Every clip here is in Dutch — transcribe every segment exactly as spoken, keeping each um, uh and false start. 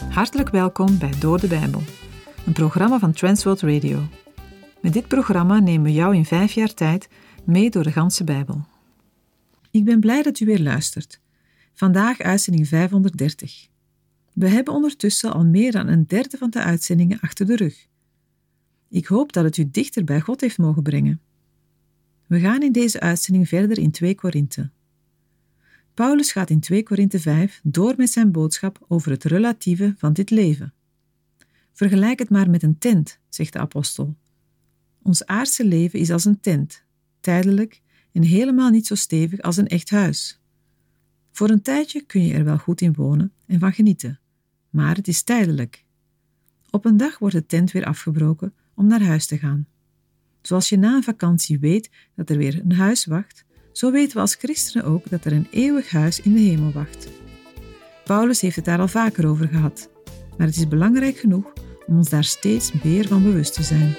Hartelijk welkom bij Door de Bijbel, een programma van Transworld Radio. Met dit programma nemen we jou in vijf jaar tijd mee door de ganse Bijbel. Ik ben blij dat u weer luistert. Vandaag uitzending vijfhonderddertig. We hebben ondertussen al meer dan een derde van de uitzendingen achter de rug. Ik hoop dat het u dichter bij God heeft mogen brengen. We gaan in deze uitzending verder in twee Korinthe. Paulus gaat in twee Korinthe vijf door met zijn boodschap over het relatieve van dit leven. Vergelijk het maar met een tent, zegt de apostel. Ons aardse leven is als een tent, tijdelijk en helemaal niet zo stevig als een echt huis. Voor een tijdje kun je er wel goed in wonen en van genieten, maar het is tijdelijk. Op een dag wordt de tent weer afgebroken om naar huis te gaan. Zoals je na een vakantie weet dat er weer een huis wacht, zo weten we als christenen ook dat er een eeuwig huis in de hemel wacht. Paulus heeft het daar al vaker over gehad, maar het is belangrijk genoeg om ons daar steeds meer van bewust te zijn.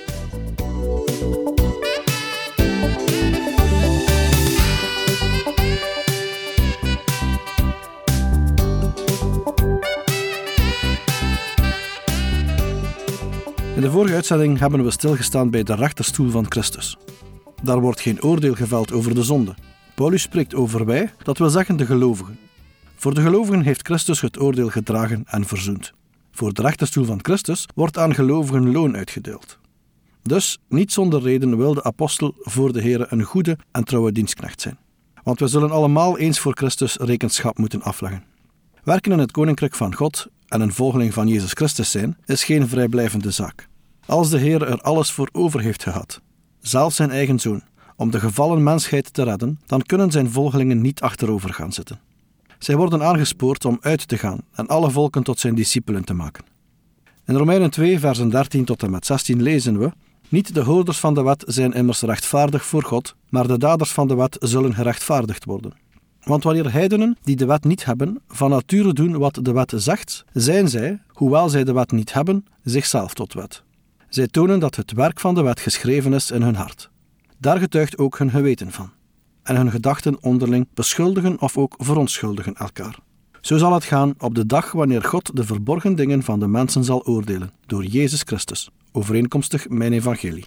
In de vorige uitzending hebben we stilgestaan bij de rechterstoel van Christus. Daar wordt geen oordeel geveld over de zonde. Paulus spreekt over wij, dat wil zeggen de gelovigen. Voor de gelovigen heeft Christus het oordeel gedragen en verzoend. Voor de rechterstoel van Christus wordt aan gelovigen loon uitgedeeld. Dus, niet zonder reden wil de apostel voor de Here een goede en trouwe dienstknecht zijn. Want we zullen allemaal eens voor Christus rekenschap moeten afleggen. Werken in het koninkrijk van God en een volgeling van Jezus Christus zijn, is geen vrijblijvende zaak. Als de Heer er alles voor over heeft gehad, zelfs zijn eigen zoon, om de gevallen mensheid te redden, dan kunnen zijn volgelingen niet achterover gaan zitten. Zij worden aangespoord om uit te gaan en alle volken tot zijn discipelen te maken. In Romeinen twee, versen dertien tot en met zestien lezen we: Niet de hoorders van de wet zijn immers rechtvaardig voor God, maar de daders van de wet zullen gerechtvaardigd worden. Want wanneer heidenen, die de wet niet hebben, van nature doen wat de wet zegt, zijn zij, hoewel zij de wet niet hebben, zichzelf tot wet. Zij tonen dat het werk van de wet geschreven is in hun hart. Daar getuigt ook hun geweten van. En hun gedachten onderling beschuldigen of ook verontschuldigen elkaar. Zo zal het gaan op de dag wanneer God de verborgen dingen van de mensen zal oordelen, door Jezus Christus, overeenkomstig mijn evangelie.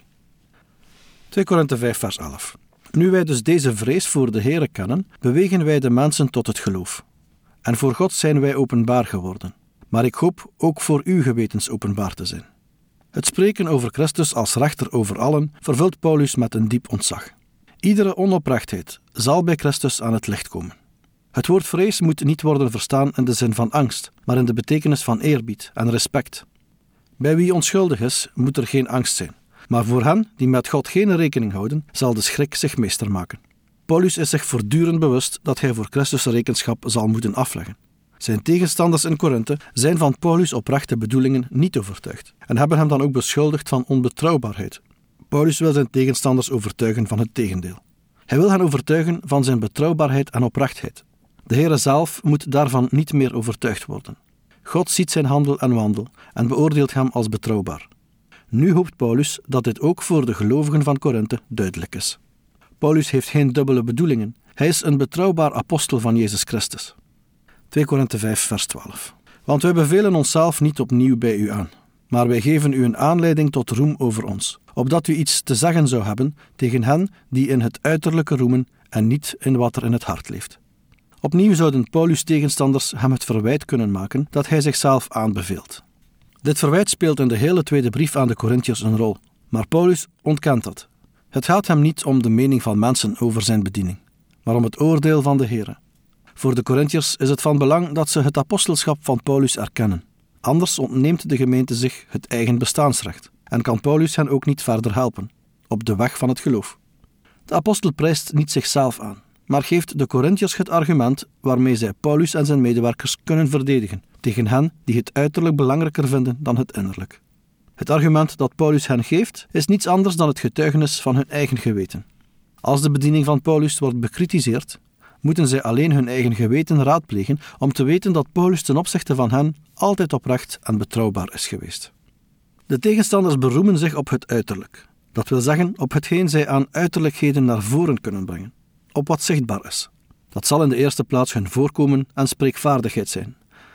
twee Korinthe vijf, vers elf. Nu wij dus deze vrees voor de Heere kennen, bewegen wij de mensen tot het geloof. En voor God zijn wij openbaar geworden. Maar ik hoop ook voor uw gewetens openbaar te zijn. Het spreken over Christus als rechter over allen vervult Paulus met een diep ontzag. Iedere onoprechtheid zal bij Christus aan het licht komen. Het woord vrees moet niet worden verstaan in de zin van angst, maar in de betekenis van eerbied en respect. Bij wie onschuldig is, moet er geen angst zijn. Maar voor hen die met God geen rekening houden, zal de schrik zich meester maken. Paulus is zich voortdurend bewust dat hij voor Christus rekenschap zal moeten afleggen. Zijn tegenstanders in Korinthe zijn van Paulus' oprechte bedoelingen niet overtuigd en hebben hem dan ook beschuldigd van onbetrouwbaarheid. Paulus wil zijn tegenstanders overtuigen van het tegendeel. Hij wil hen overtuigen van zijn betrouwbaarheid en oprechtheid. De Heere zelf moet daarvan niet meer overtuigd worden. God ziet zijn handel en wandel en beoordeelt hem als betrouwbaar. Nu hoopt Paulus dat dit ook voor de gelovigen van Korinthe duidelijk is. Paulus heeft geen dubbele bedoelingen. Hij is een betrouwbaar apostel van Jezus Christus. twee Korinthe vijf, vers twaalf. Want wij bevelen onszelf niet opnieuw bij u aan, maar wij geven u een aanleiding tot roem over ons, opdat u iets te zeggen zou hebben tegen hen die in het uiterlijke roemen en niet in wat er in het hart leeft. Opnieuw zouden Paulus' tegenstanders hem het verwijt kunnen maken dat hij zichzelf aanbeveelt. Dit verwijt speelt in de hele tweede brief aan de Korinthiërs een rol, maar Paulus ontkent dat. Het gaat hem niet om de mening van mensen over zijn bediening, maar om het oordeel van de Heere. Voor de Korinthiërs is het van belang dat ze het apostelschap van Paulus erkennen. Anders ontneemt de gemeente zich het eigen bestaansrecht en kan Paulus hen ook niet verder helpen, op de weg van het geloof. De apostel prijst niet zichzelf aan, maar geeft de Korinthiërs het argument waarmee zij Paulus en zijn medewerkers kunnen verdedigen tegen hen die het uiterlijk belangrijker vinden dan het innerlijk. Het argument dat Paulus hen geeft is niets anders dan het getuigenis van hun eigen geweten. Als de bediening van Paulus wordt bekritiseerd, moeten zij alleen hun eigen geweten raadplegen om te weten dat Paulus ten opzichte van hen altijd oprecht en betrouwbaar is geweest. De tegenstanders beroemen zich op het uiterlijk. Dat wil zeggen op hetgeen zij aan uiterlijkheden naar voren kunnen brengen. Op wat zichtbaar is. Dat zal in de eerste plaats hun voorkomen en spreekvaardigheid zijn.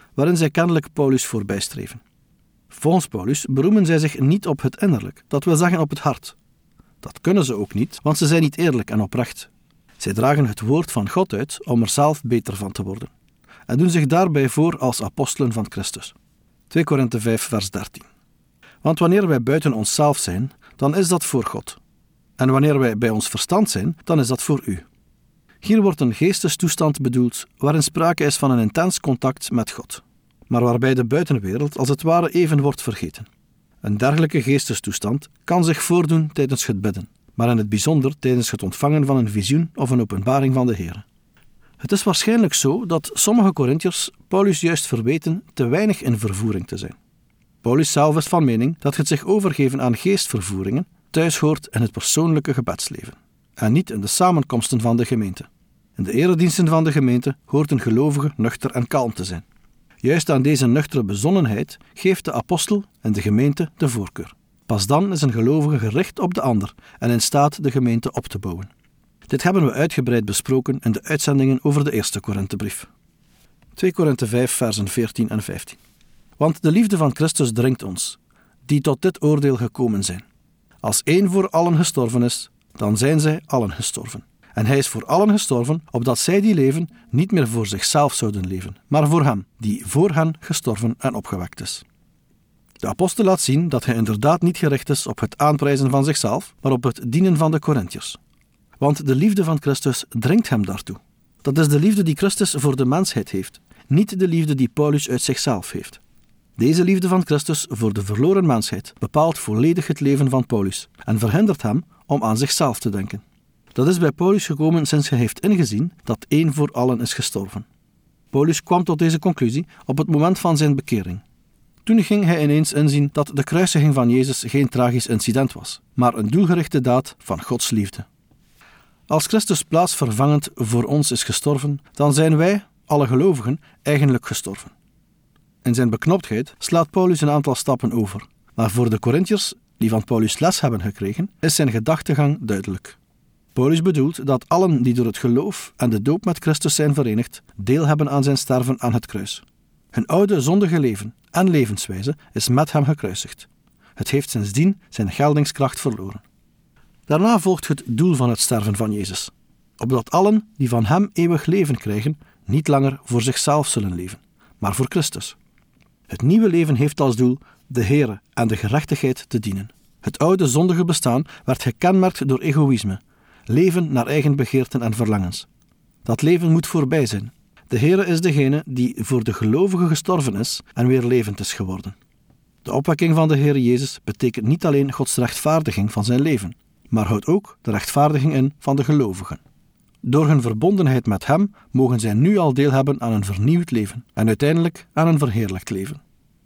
waarin zij kennelijk Paulus voorbijstreven. Volgens Paulus beroemen zij zich niet op het innerlijk, dat wil zeggen op het hart. Dat kunnen ze ook niet, want ze zijn niet eerlijk en oprecht. Zij dragen het woord van God uit om er zelf beter van te worden en doen zich daarbij voor als apostelen van Christus. twee Korinthe vijf vers dertien. Want wanneer wij buiten onszelf zijn, dan is dat voor God. En wanneer wij bij ons verstand zijn, dan is dat voor u. Hier wordt een geestestoestand bedoeld waarin sprake is van een intens contact met God, maar waarbij de buitenwereld als het ware even wordt vergeten. Een dergelijke geestestoestand kan zich voordoen tijdens het bidden, maar in het bijzonder tijdens het ontvangen van een visioen of een openbaring van de Heere. Het is waarschijnlijk zo dat sommige Korintiërs Paulus juist verweten te weinig in vervoering te zijn. Paulus zelf is van mening dat het zich overgeven aan geestvervoeringen thuis hoort in het persoonlijke gebedsleven en niet in de samenkomsten van de gemeente. In de erediensten van de gemeente hoort een gelovige nuchter en kalm te zijn. Juist aan deze nuchtere bezonnenheid geeft de apostel en de gemeente de voorkeur. Pas dan is een gelovige gericht op de ander en in staat de gemeente op te bouwen. Dit hebben we uitgebreid besproken in de uitzendingen over de eerste Korinthebrief. twee Korinthe vijf versen veertien en vijftien. Want de liefde van Christus dringt ons, die tot dit oordeel gekomen zijn. Als één voor allen gestorven is, dan zijn zij allen gestorven. En hij is voor allen gestorven, opdat zij die leven niet meer voor zichzelf zouden leven, maar voor hem, die voor hen gestorven en opgewekt is. De apostel laat zien dat hij inderdaad niet gericht is op het aanprijzen van zichzelf, maar op het dienen van de Korintiërs. Want de liefde van Christus dringt hem daartoe. Dat is de liefde die Christus voor de mensheid heeft, niet de liefde die Paulus uit zichzelf heeft. Deze liefde van Christus voor de verloren mensheid bepaalt volledig het leven van Paulus en verhindert hem om aan zichzelf te denken. Dat is bij Paulus gekomen sinds hij heeft ingezien dat één voor allen is gestorven. Paulus kwam tot deze conclusie op het moment van zijn bekering. Toen ging hij ineens inzien dat de kruisiging van Jezus geen tragisch incident was, maar een doelgerichte daad van Gods liefde. Als Christus plaatsvervangend voor ons is gestorven, dan zijn wij, alle gelovigen, eigenlijk gestorven. In zijn beknoptheid slaat Paulus een aantal stappen over, maar voor de Korintiërs, die van Paulus les hebben gekregen, is zijn gedachtegang duidelijk. Paulus bedoelt dat allen die door het geloof en de doop met Christus zijn verenigd, deel hebben aan zijn sterven aan het kruis. Hun oude zondige leven en levenswijze is met hem gekruisigd. Het heeft sindsdien zijn geldingskracht verloren. Daarna volgt het doel van het sterven van Jezus, opdat allen die van hem eeuwig leven krijgen, niet langer voor zichzelf zullen leven, maar voor Christus. Het nieuwe leven heeft als doel de Heere en de gerechtigheid te dienen. Het oude zondige bestaan werd gekenmerkt door egoïsme, leven naar eigen begeerten en verlangens. Dat leven moet voorbij zijn. De Heere is degene die voor de gelovige gestorven is en weer levend is geworden. De opwekking van de Heere Jezus betekent niet alleen Gods rechtvaardiging van zijn leven, maar houdt ook de rechtvaardiging in van de gelovigen. Door hun verbondenheid met hem mogen zij nu al deel hebben aan een vernieuwd leven en uiteindelijk aan een verheerlijkt leven.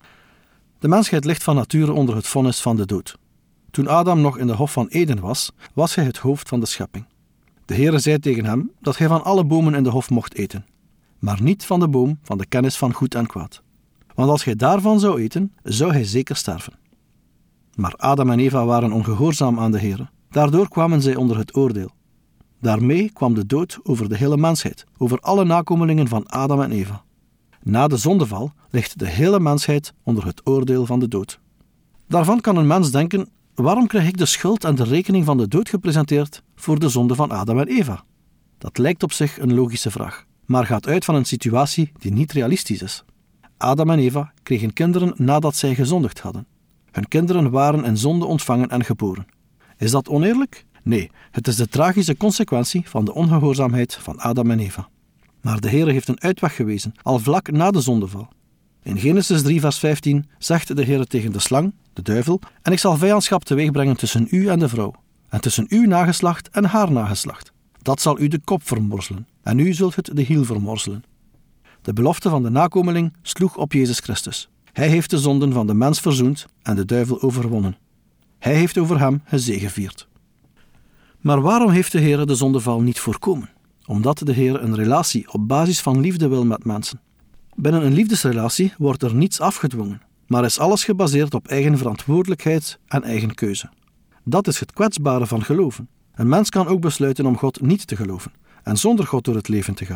De mensheid ligt van nature onder het vonnis van de dood. Toen Adam nog in de Hof van Eden was, was hij het hoofd van de schepping. De Heere zei tegen hem dat hij van alle bomen in de hof mocht eten, maar niet van de boom van de kennis van goed en kwaad. Want als hij daarvan zou eten, zou hij zeker sterven. Maar Adam en Eva waren ongehoorzaam aan de Heere. Daardoor kwamen zij onder het oordeel. Daarmee kwam de dood over de hele mensheid, over alle nakomelingen van Adam en Eva. Na de zondeval ligt de hele mensheid onder het oordeel van de dood. Daarvan kan een mens denken: waarom krijg ik de schuld en de rekening van de dood gepresenteerd voor de zonde van Adam en Eva? Dat lijkt op zich een logische vraag, maar gaat uit van een situatie die niet realistisch is. Adam en Eva kregen kinderen nadat zij gezondigd hadden. Hun kinderen waren in zonde ontvangen en geboren. Is dat oneerlijk? Nee, het is de tragische consequentie van de ongehoorzaamheid van Adam en Eva. Maar de Heere heeft een uitweg gewezen, al vlak na de zondeval. In Genesis drie vers vijftien zegt de Heere tegen de slang, de duivel: en ik zal vijandschap teweegbrengen tussen u en de vrouw, en tussen uw nageslacht en haar nageslacht. Dat zal u de kop vermorzelen, en u zult het de hiel vermorzelen. De belofte van de nakomeling sloeg op Jezus Christus. Hij heeft de zonden van de mens verzoend en de duivel overwonnen. Hij heeft over hem gezegevierd. Maar waarom heeft de Heere de zondeval niet voorkomen? Omdat de Heere een relatie op basis van liefde wil met mensen. Binnen een liefdesrelatie wordt er niets afgedwongen, maar is alles gebaseerd op eigen verantwoordelijkheid en eigen keuze. Dat is het kwetsbare van geloven. Een mens kan ook besluiten om God niet te geloven en zonder God door het leven te gaan.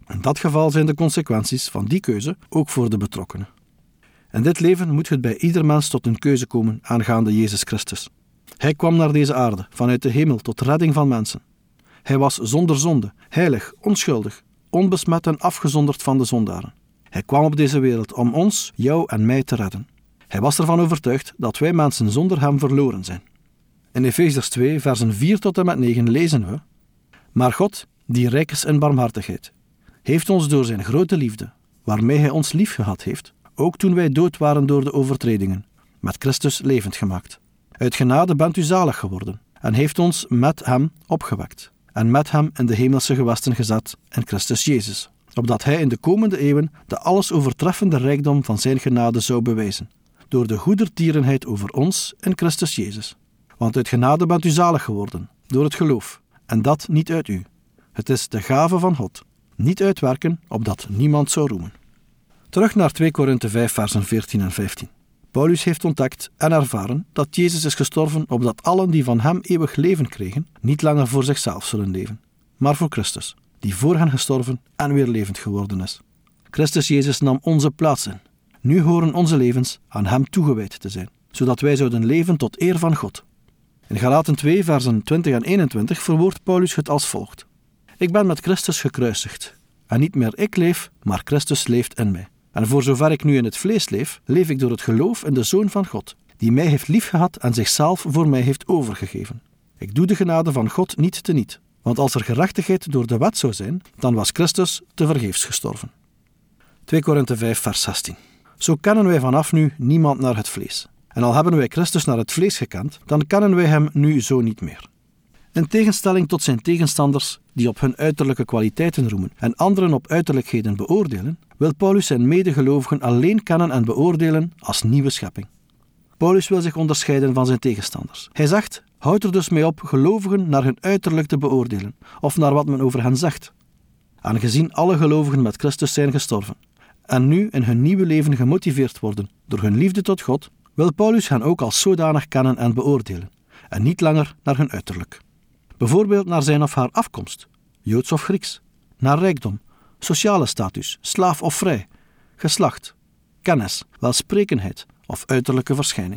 In dat geval zijn de consequenties van die keuze ook voor de betrokkenen. In dit leven moet het bij ieder mens tot een keuze komen aangaande Jezus Christus. Hij kwam naar deze aarde, vanuit de hemel, tot redding van mensen. Hij was zonder zonde, heilig, onschuldig, onbesmet en afgezonderd van de zondaren. Hij kwam op deze wereld om ons, jou en mij te redden. Hij was ervan overtuigd dat wij mensen zonder hem verloren zijn. In Efeziërs twee, versen vier tot en met negen lezen we: Maar God, die rijk is in barmhartigheid, heeft ons door zijn grote liefde, waarmee hij ons liefgehad heeft, ook toen wij dood waren door de overtredingen, met Christus levend gemaakt. Uit genade bent u zalig geworden en heeft ons met hem opgewekt en met hem in de hemelse gewesten gezet in Christus Jezus, opdat hij in de komende eeuwen de alles overtreffende rijkdom van zijn genade zou bewijzen, door de goedertierenheid over ons in Christus Jezus. Want uit genade bent u zalig geworden, door het geloof, en dat niet uit u. Het is de gave van God, niet uitwerken, opdat niemand zou roemen. Terug naar twee Korinthe vijf, versen veertien en vijftien. Paulus heeft ontdekt en ervaren dat Jezus is gestorven opdat allen die van hem eeuwig leven kregen, niet langer voor zichzelf zullen leven, maar voor Christus, die voor hen gestorven en weer levend geworden is. Christus Jezus nam onze plaats in. Nu horen onze levens aan hem toegewijd te zijn, zodat wij zouden leven tot eer van God. In Galaten twee, versen twintig en eenentwintig verwoordt Paulus het als volgt: Ik ben met Christus gekruisigd, en niet meer ik leef, maar Christus leeft in mij. En voor zover ik nu in het vlees leef, leef ik door het geloof in de Zoon van God, die mij heeft liefgehad en zichzelf voor mij heeft overgegeven. Ik doe de genade van God niet teniet, want als er gerechtigheid door de wet zou zijn, dan was Christus tevergeefs gestorven. twee Korinthe vijf, vers zestien. Zo kennen wij vanaf nu niemand naar het vlees. En al hebben wij Christus naar het vlees gekend, dan kennen wij hem nu zo niet meer. In tegenstelling tot zijn tegenstanders, die op hun uiterlijke kwaliteiten roemen en anderen op uiterlijkheden beoordelen, wil Paulus zijn medegelovigen alleen kennen en beoordelen als nieuwe schepping. Paulus wil zich onderscheiden van zijn tegenstanders. Hij zegt: houd er dus mee op gelovigen naar hun uiterlijk te beoordelen, of naar wat men over hen zegt. Aangezien alle gelovigen met Christus zijn gestorven, en nu in hun nieuwe leven gemotiveerd worden door hun liefde tot God, wil Paulus hen ook als zodanig kennen en beoordelen, en niet langer naar hun uiterlijk. Bijvoorbeeld naar zijn of haar afkomst, Joods of Grieks, naar rijkdom, sociale status, slaaf of vrij, geslacht, kennis, welsprekendheid of uiterlijke verschijning.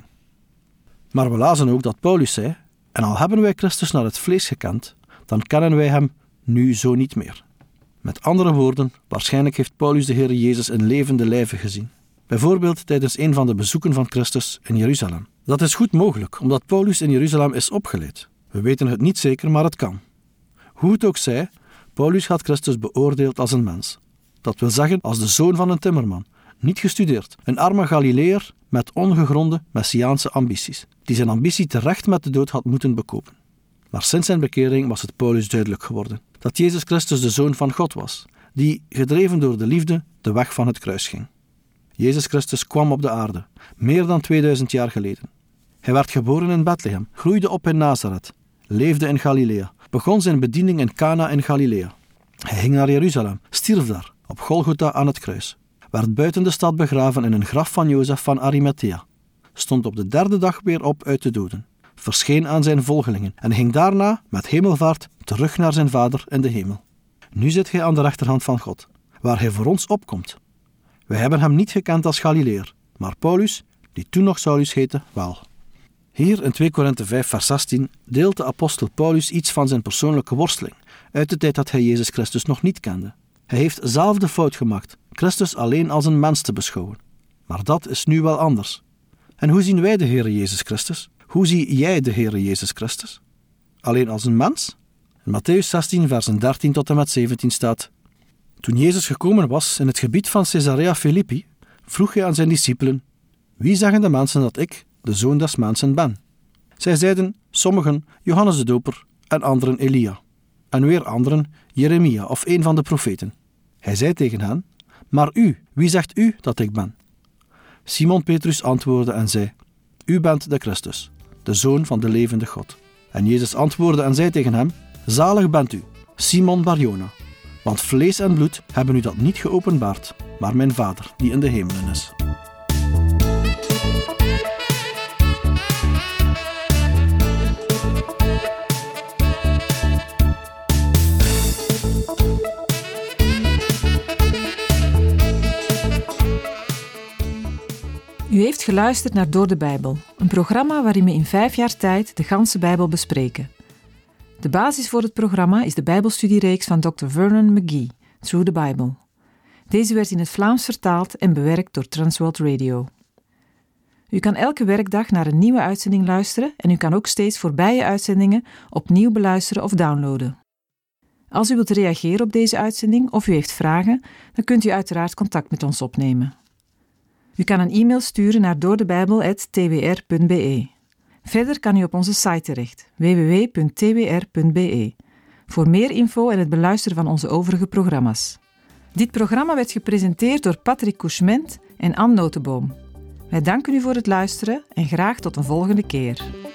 Maar we lazen ook dat Paulus zei: en al hebben wij Christus naar het vlees gekend, dan kennen wij hem nu zo niet meer. Met andere woorden, waarschijnlijk heeft Paulus de Heer Jezus in levende lijve gezien. Bijvoorbeeld tijdens een van de bezoeken van Christus in Jeruzalem. Dat is goed mogelijk, omdat Paulus in Jeruzalem is opgeleid. We weten het niet zeker, maar het kan. Hoe het ook zij, Paulus had Christus beoordeeld als een mens. Dat wil zeggen als de zoon van een timmerman, niet gestudeerd, een arme Galileër met ongegronde messiaanse ambities, die zijn ambitie terecht met de dood had moeten bekopen. Maar sinds zijn bekering was het Paulus duidelijk geworden dat Jezus Christus de Zoon van God was, die, gedreven door de liefde, de weg van het kruis ging. Jezus Christus kwam op de aarde, meer dan tweeduizend jaar geleden. Hij werd geboren in Bethlehem, groeide op in Nazareth, leefde in Galilea, begon zijn bediening in Cana in Galilea. Hij ging naar Jeruzalem, stierf daar, op Golgotha aan het kruis, werd buiten de stad begraven in een graf van Jozef van Arimathea, stond op de derde dag weer op uit de doden, verscheen aan zijn volgelingen en ging daarna met hemelvaart terug naar zijn Vader in de hemel. Nu zit hij aan de rechterhand van God, waar hij voor ons opkomt. Wij hebben hem niet gekend als Galileër, maar Paulus, die toen nog Saulus heette, wel. Hier in twee Korinthe vijf, vers zestien deelt de apostel Paulus iets van zijn persoonlijke worsteling uit de tijd dat hij Jezus Christus nog niet kende. Hij heeft zelf de fout gemaakt Christus alleen als een mens te beschouwen. Maar dat is nu wel anders. En hoe zien wij de Heere Jezus Christus? Hoe zie jij de Heere Jezus Christus? Alleen als een mens? In Mattheüs zestien, versen dertien tot en met zeventien staat: Toen Jezus gekomen was in het gebied van Caesarea Philippi, vroeg hij aan zijn discipelen: Wie zeggen de mensen dat ik, de Zoon des Mensen, ben? Zij zeiden, sommigen Johannes de Doper en anderen Elia, en weer anderen Jeremia of een van de profeten. Hij zei tegen hen: Maar u, wie zegt u dat ik ben? Simon Petrus antwoordde en zei: U bent de Christus, de Zoon van de levende God. En Jezus antwoordde en zei tegen hem: Zalig bent u, Simon Bar-Jona, want vlees en bloed hebben u dat niet geopenbaard, maar mijn Vader die in de hemelen is. U heeft geluisterd naar Door de Bijbel, een programma waarin we in vijf jaar tijd de ganse Bijbel bespreken. De basis voor het programma is de Bijbelstudiereeks van dokter Vernon McGee, Through the Bible. Deze werd in het Vlaams vertaald en bewerkt door Transworld Radio. U kan elke werkdag naar een nieuwe uitzending luisteren en u kan ook steeds voorbije uitzendingen opnieuw beluisteren of downloaden. Als u wilt reageren op deze uitzending of u heeft vragen, dan kunt u uiteraard contact met ons opnemen. U kan een e-mail sturen naar doordebijbel apenstaartje t w r punt b e. Verder kan u op onze site terecht, w w w punt t w r punt b e, voor meer info en het beluisteren van onze overige programma's. Dit programma werd gepresenteerd door Patrick Couchement en Anne Notenboom. Wij danken u voor het luisteren en graag tot een volgende keer.